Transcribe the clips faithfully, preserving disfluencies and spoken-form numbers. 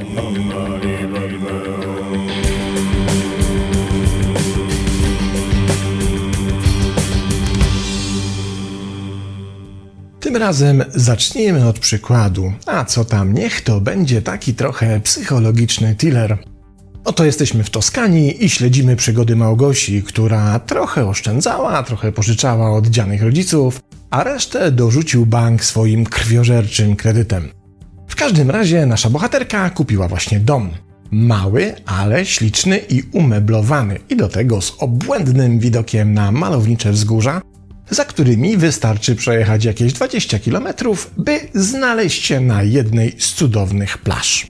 Tym razem zacznijmy od przykładu, a co tam, niech to będzie taki trochę psychologiczny thriller. Oto jesteśmy w Toskanii i śledzimy przygody Małgosi, która trochę oszczędzała, trochę pożyczała od dzianych rodziców, a resztę dorzucił bank swoim krwiożerczym kredytem. W każdym razie nasza bohaterka kupiła właśnie dom. Mały, ale śliczny i umeblowany i do tego z obłędnym widokiem na malownicze wzgórza, za którymi wystarczy przejechać jakieś dwadzieścia kilometrów, by znaleźć się na jednej z cudownych plaż.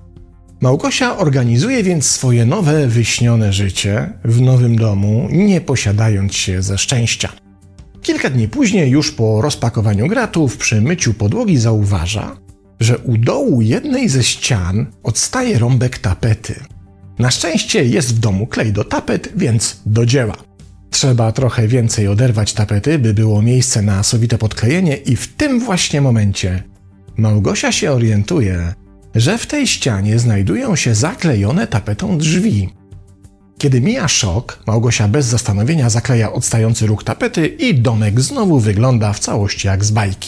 Małgosia organizuje więc swoje nowe, wyśnione życie w nowym domu, nie posiadając się ze szczęścia. Kilka dni później, już po rozpakowaniu gratów, przy myciu podłogi zauważa, że u dołu jednej ze ścian odstaje rąbek tapety. Na szczęście jest w domu klej do tapet, więc do dzieła. Trzeba trochę więcej oderwać tapety, by było miejsce na sowite podklejenie i w tym właśnie momencie Małgosia się orientuje, że w tej ścianie znajdują się zaklejone tapetą drzwi. Kiedy mija szok, Małgosia bez zastanowienia zakleja odstający róg tapety i domek znowu wygląda w całości jak z bajki.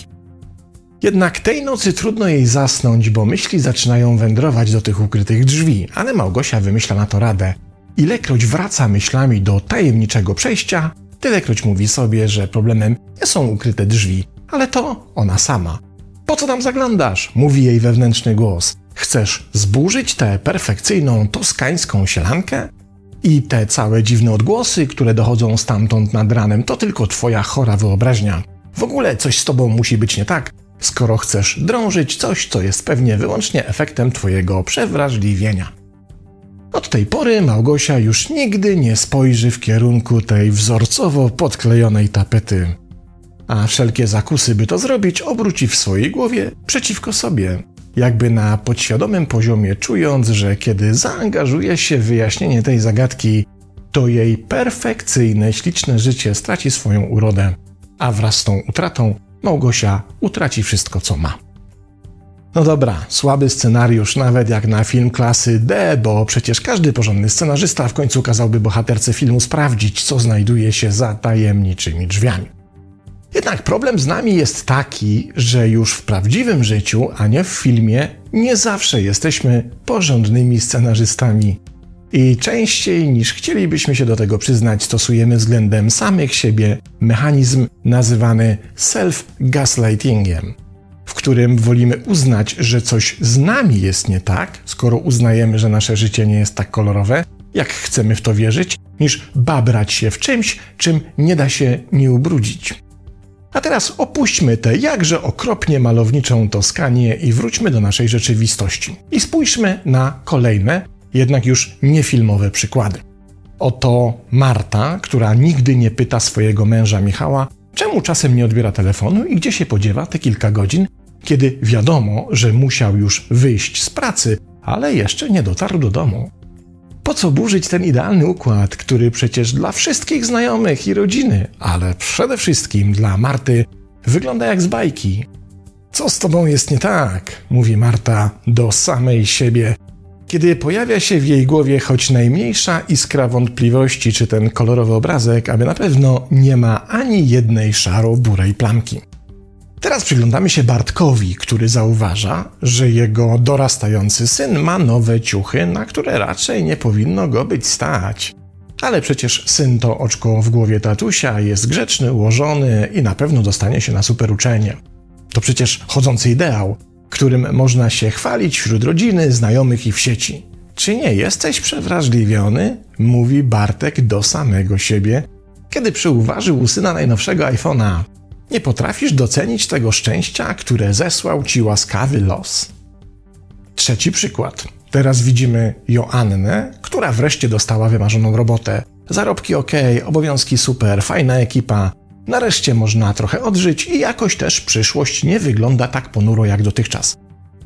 Jednak tej nocy trudno jej zasnąć, bo myśli zaczynają wędrować do tych ukrytych drzwi, ale Małgosia wymyśla na to radę. Ilekroć wraca myślami do tajemniczego przejścia, tylekroć mówi sobie, że problemem nie są ukryte drzwi, ale to ona sama. Po co tam zaglądasz? Mówi jej wewnętrzny głos. Chcesz zburzyć tę perfekcyjną toskańską sielankę? I te całe dziwne odgłosy, które dochodzą stamtąd nad ranem, to tylko twoja chora wyobraźnia. W ogóle coś z tobą musi być nie tak, skoro chcesz drążyć coś, co jest pewnie wyłącznie efektem twojego przewrażliwienia. Od tej pory Małgosia już nigdy nie spojrzy w kierunku tej wzorcowo podklejonej tapety, a wszelkie zakusy, by to zrobić, obróci w swojej głowie przeciwko sobie, jakby na podświadomym poziomie czując, że kiedy zaangażuje się w wyjaśnienie tej zagadki, to jej perfekcyjne, śliczne życie straci swoją urodę, a wraz z tą utratą Małgosia utraci wszystko, co ma. No dobra, słaby scenariusz nawet jak na film klasy D, bo przecież każdy porządny scenarzysta w końcu kazałby bohaterce filmu sprawdzić, co znajduje się za tajemniczymi drzwiami. Jednak problem z nami jest taki, że już w prawdziwym życiu, a nie w filmie, nie zawsze jesteśmy porządnymi scenarzystami. I częściej niż chcielibyśmy się do tego przyznać, stosujemy względem samych siebie mechanizm nazywany self-gaslightingiem, w którym wolimy uznać, że coś z nami jest nie tak, skoro uznajemy, że nasze życie nie jest tak kolorowe, jak chcemy w to wierzyć, niż babrać się w czymś, czym nie da się nie ubrudzić. A teraz opuśćmy tę jakże okropnie malowniczą Toskanię i wróćmy do naszej rzeczywistości. I spójrzmy na kolejne, jednak już niefilmowe przykłady. Oto Marta, która nigdy nie pyta swojego męża Michała, czemu czasem nie odbiera telefonu i gdzie się podziewa te kilka godzin, kiedy wiadomo, że musiał już wyjść z pracy, ale jeszcze nie dotarł do domu. Po co burzyć ten idealny układ, który przecież dla wszystkich znajomych i rodziny, ale przede wszystkim dla Marty, wygląda jak z bajki. Co z tobą jest nie tak? Mówi Marta do samej siebie, kiedy pojawia się w jej głowie choć najmniejsza iskra wątpliwości, czy ten kolorowy obrazek, aby na pewno nie ma ani jednej szaro-burej plamki. Teraz przyglądamy się Bartkowi, który zauważa, że jego dorastający syn ma nowe ciuchy, na które raczej nie powinno go być stać. Ale przecież syn to oczko w głowie tatusia, jest grzeczny, ułożony i na pewno dostanie się na super uczelnię. To przecież chodzący ideał, którym można się chwalić wśród rodziny, znajomych i w sieci. Czy nie jesteś przewrażliwiony? Mówi Bartek do samego siebie, kiedy przyuważył u syna najnowszego iPhone'a. Nie potrafisz docenić tego szczęścia, które zesłał ci łaskawy los? Trzeci przykład. Teraz widzimy Joannę, która wreszcie dostała wymarzoną robotę. Zarobki okej, obowiązki super, fajna ekipa. Nareszcie można trochę odżyć i jakoś też przyszłość nie wygląda tak ponuro jak dotychczas.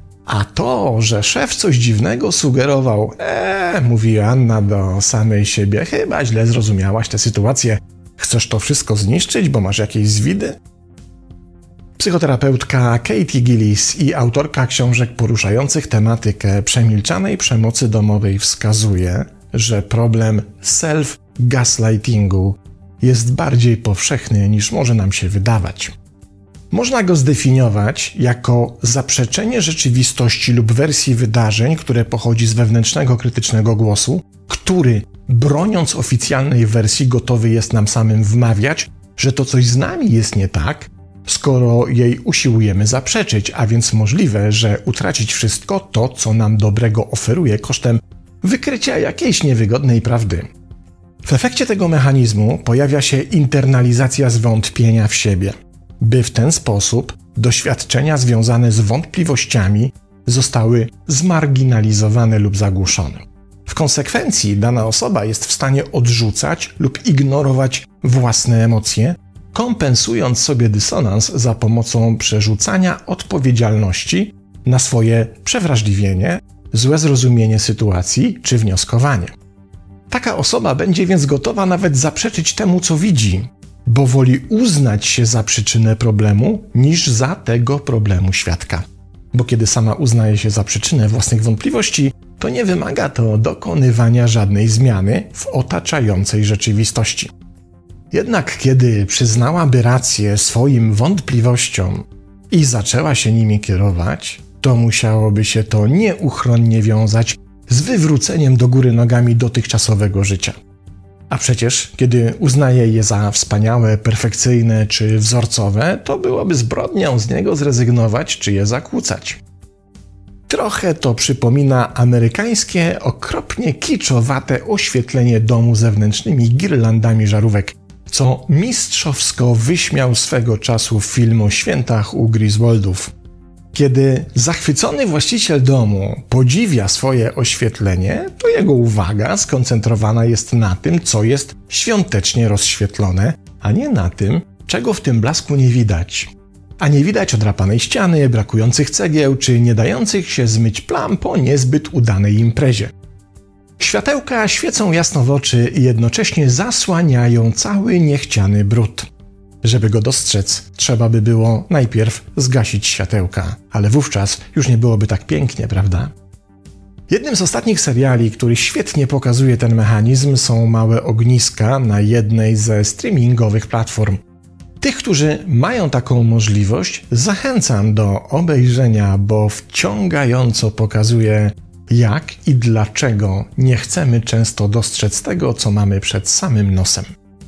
A to, że szef coś dziwnego sugerował, eee, mówi Joanna do samej siebie, chyba źle zrozumiałaś tę sytuację. Chcesz to wszystko zniszczyć, bo masz jakieś zwidy? Psychoterapeutka Katie Gillis i autorka książek poruszających tematykę przemilczanej przemocy domowej wskazuje, że problem self-gaslightingu jest bardziej powszechny niż może nam się wydawać. Można go zdefiniować jako zaprzeczenie rzeczywistości lub wersji wydarzeń, które pochodzi z wewnętrznego krytycznego głosu, który, broniąc oficjalnej wersji, gotowy jest nam samym wmawiać, że to coś z nami jest nie tak, skoro jej usiłujemy zaprzeczyć, a więc możliwe, że utracić wszystko to, co nam dobrego oferuje kosztem wykrycia jakiejś niewygodnej prawdy. W efekcie tego mechanizmu pojawia się internalizacja zwątpienia w siebie, by w ten sposób doświadczenia związane z wątpliwościami zostały zmarginalizowane lub zagłuszone. W konsekwencji dana osoba jest w stanie odrzucać lub ignorować własne emocje, kompensując sobie dysonans za pomocą przerzucania odpowiedzialności na swoje przewrażliwienie, złe zrozumienie sytuacji czy wnioskowanie. Taka osoba będzie więc gotowa nawet zaprzeczyć temu, co widzi, bo woli uznać się za przyczynę problemu, niż za tego problemu świadka. Bo kiedy sama uznaje się za przyczynę własnych wątpliwości, to nie wymaga to dokonywania żadnej zmiany w otaczającej rzeczywistości. Jednak kiedy przyznałaby rację swoim wątpliwościom i zaczęła się nimi kierować, to musiałoby się to nieuchronnie wiązać z wywróceniem do góry nogami dotychczasowego życia. A przecież, kiedy uznaje je za wspaniałe, perfekcyjne czy wzorcowe, to byłoby zbrodnią z niego zrezygnować czy je zakłócać. Trochę to przypomina amerykańskie, okropnie kiczowate oświetlenie domu zewnętrznymi girlandami żarówek, co mistrzowsko wyśmiał swego czasu film o świętach u Griswoldów. Kiedy zachwycony właściciel domu podziwia swoje oświetlenie, to jego uwaga skoncentrowana jest na tym, co jest świątecznie rozświetlone, a nie na tym, czego w tym blasku nie widać. A nie widać odrapanej ściany, brakujących cegieł, czy nie dających się zmyć plam po niezbyt udanej imprezie. Światełka świecą jasno w oczy i jednocześnie zasłaniają cały niechciany brud. Żeby go dostrzec, trzeba by było najpierw zgasić światełka, ale wówczas już nie byłoby tak pięknie, prawda? Jednym z ostatnich seriali, który świetnie pokazuje ten mechanizm, są Małe ogniska na jednej ze streamingowych platform. Tych, którzy mają taką możliwość, zachęcam do obejrzenia, bo wciągająco pokazuje, jak i dlaczego nie chcemy często dostrzec tego, co mamy przed samym nosem.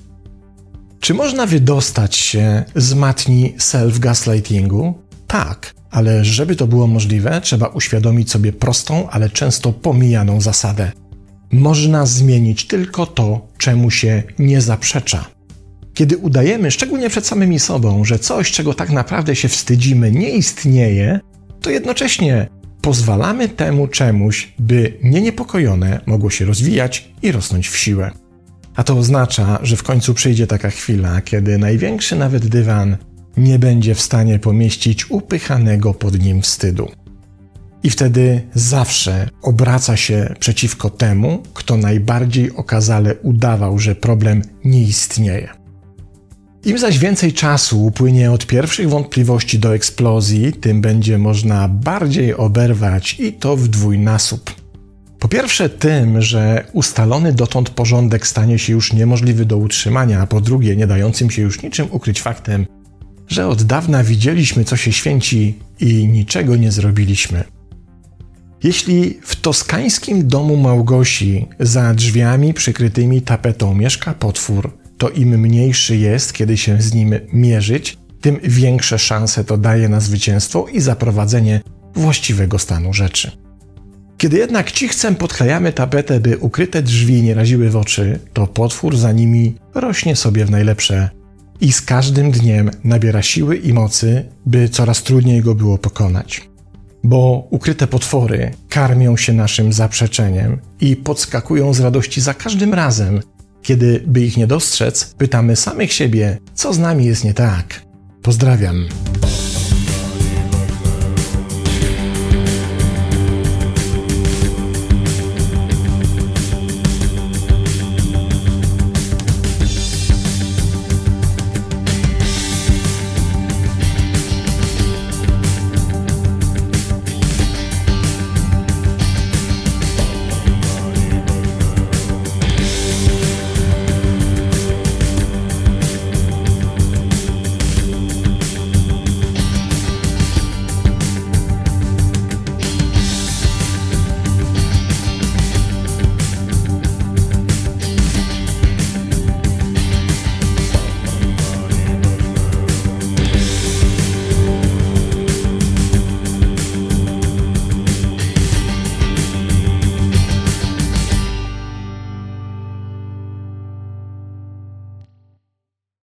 Czy można wydostać się z matni self-gaslightingu? Tak, ale żeby to było możliwe, trzeba uświadomić sobie prostą, ale często pomijaną zasadę. Można zmienić tylko to, czemu się nie zaprzecza. Kiedy udajemy, szczególnie przed samymi sobą, że coś, czego tak naprawdę się wstydzimy, nie istnieje, to jednocześnie pozwalamy temu czemuś, by nieniepokojone mogło się rozwijać i rosnąć w siłę. A to oznacza, że w końcu przyjdzie taka chwila, kiedy największy nawet dywan nie będzie w stanie pomieścić upychanego pod nim wstydu. I wtedy zawsze obraca się przeciwko temu, kto najbardziej okazale udawał, że problem nie istnieje. Im zaś więcej czasu upłynie od pierwszych wątpliwości do eksplozji, tym będzie można bardziej oberwać i to w dwójnasób. Po pierwsze tym, że ustalony dotąd porządek stanie się już niemożliwy do utrzymania, a po drugie nie dającym się już niczym ukryć faktem, że od dawna widzieliśmy, co się święci i niczego nie zrobiliśmy. Jeśli w toskańskim domu Małgosi za drzwiami przykrytymi tapetą mieszka potwór, to im mniejszy jest, kiedy się z nim mierzyć, tym większe szanse to daje na zwycięstwo i zaprowadzenie właściwego stanu rzeczy. Kiedy jednak cichcem podklejamy tapetę, by ukryte drzwi nie raziły w oczy, to potwór za nimi rośnie sobie w najlepsze i z każdym dniem nabiera siły i mocy, by coraz trudniej go było pokonać. Bo ukryte potwory karmią się naszym zaprzeczeniem i podskakują z radości za każdym razem, kiedy, by ich nie dostrzec, pytamy samych siebie, co z nami jest nie tak. Pozdrawiam.